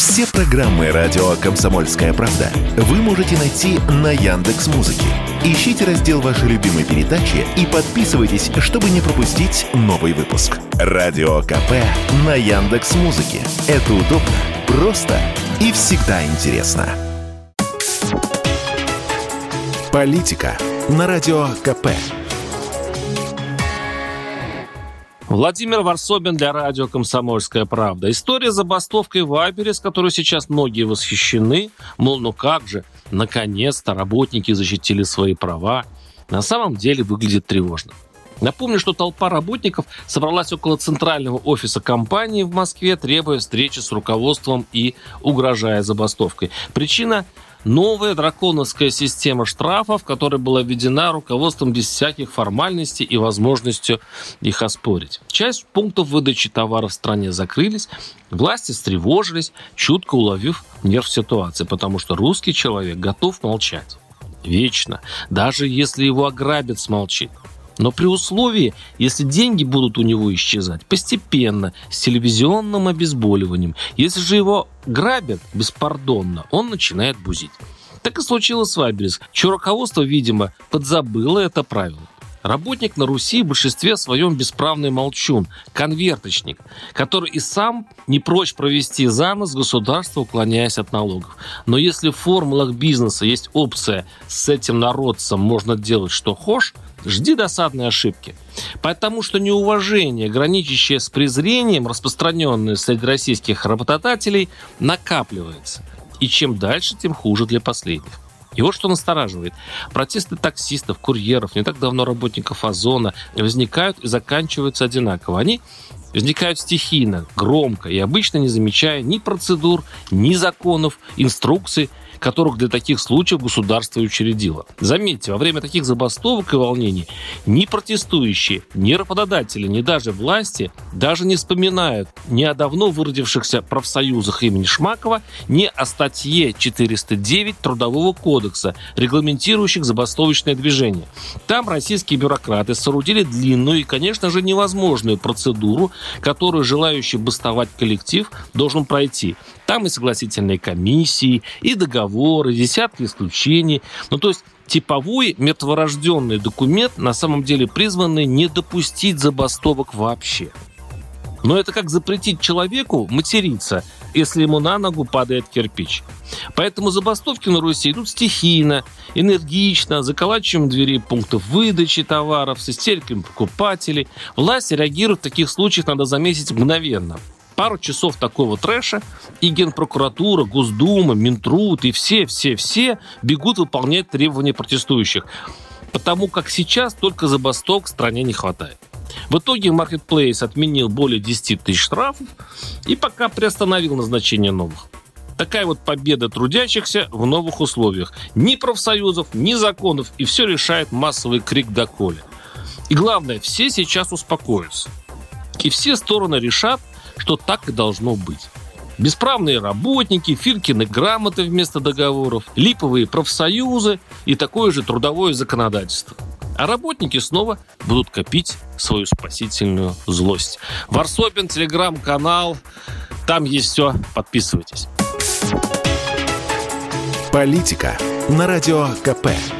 Все программы радио «Комсомольская правда» вы можете найти на Яндекс.Музыке. Ищите раздел вашей любимой передачи и подписывайтесь, чтобы не пропустить новый выпуск. Радио КП на Яндекс.Музыке. Это удобно, просто и всегда интересно. Политика на радио КП. Владимир Варсобин для радио «Комсомольская правда». История с забастовкой в Вайбере, с которой сейчас многие восхищены, мол, ну как же, наконец-то работники защитили свои права, на самом деле выглядит тревожно. Напомню, что толпа работников собралась около центрального офиса компании в Москве, требуя встречи с руководством и угрожая забастовкой. Причина – новая драконовская система штрафов, которая была введена руководством без всяких формальностей и возможностью их оспорить. Часть пунктов выдачи товаров в стране закрылись, власти встревожились, чутко уловив нерв ситуации, потому что русский человек готов молчать. Вечно. Даже если его ограбят, смолчит. Но при условии, если деньги будут у него исчезать постепенно, с телевизионным обезболиванием. Если же его грабят беспардонно, он начинает бузить. Так и случилось с Вайбером, чье руководство, видимо, подзабыло это правило. Работник на Руси в большинстве своем бесправный молчун, конверточник, который и сам не прочь провести за нос государство, уклоняясь от налогов. Но если в формулах бизнеса есть опция «с этим народцем можно делать, что хошь», жди досадной ошибки. Потому что неуважение, граничащее с презрением, распространенное среди российских работодателей, накапливается. И чем дальше, тем хуже для последних. И вот что настораживает. Протесты таксистов, курьеров, не так давно работников Озона возникают и заканчиваются одинаково. Они возникают стихийно, громко и обычно не замечая ни процедур, ни законов, инструкций, которых для таких случаев государство и учредило. Заметьте, во время таких забастовок и волнений ни протестующие, ни работодатели, ни даже власти даже не вспоминают ни о давно выродившихся профсоюзах имени Шмакова, ни о статье 409 Трудового кодекса, регламентирующих забастовочное движение. Там российские бюрократы соорудили длинную и, конечно же, невозможную процедуру, которую желающий бастовать коллектив должен пройти. Там и согласительные комиссии, и договоры, десятки исключений. Ну, то есть типовой мертворожденный документ, на самом деле призванный не допустить забастовок вообще. Но это как запретить человеку материться, если ему на ногу падает кирпич. Поэтому забастовки на Руси идут стихийно, энергично, заколачиванием дверей пунктов выдачи товаров, с истериками покупателей. Власти реагируют в таких случаях, надо заметить, мгновенно. Пару часов такого трэша, и Генпрокуратура, Госдума, Минтруд и все бегут выполнять требования протестующих. Потому как сейчас только забастовок в стране не хватает. В итоге Marketplace отменил более 10 тысяч штрафов и пока приостановил назначение новых. Такая вот победа трудящихся в новых условиях. Ни профсоюзов, ни законов, и все решает массовый крик доколе. И главное, все сейчас успокоятся. И все стороны решат, что так и должно быть. Бесправные работники, Филькины грамоты вместо договоров, липовые профсоюзы и такое же трудовое законодательство. А работники снова будут копить свою спасительную злость. Варсобин, телеграм-канал, там есть все, подписывайтесь. Политика на радио КП.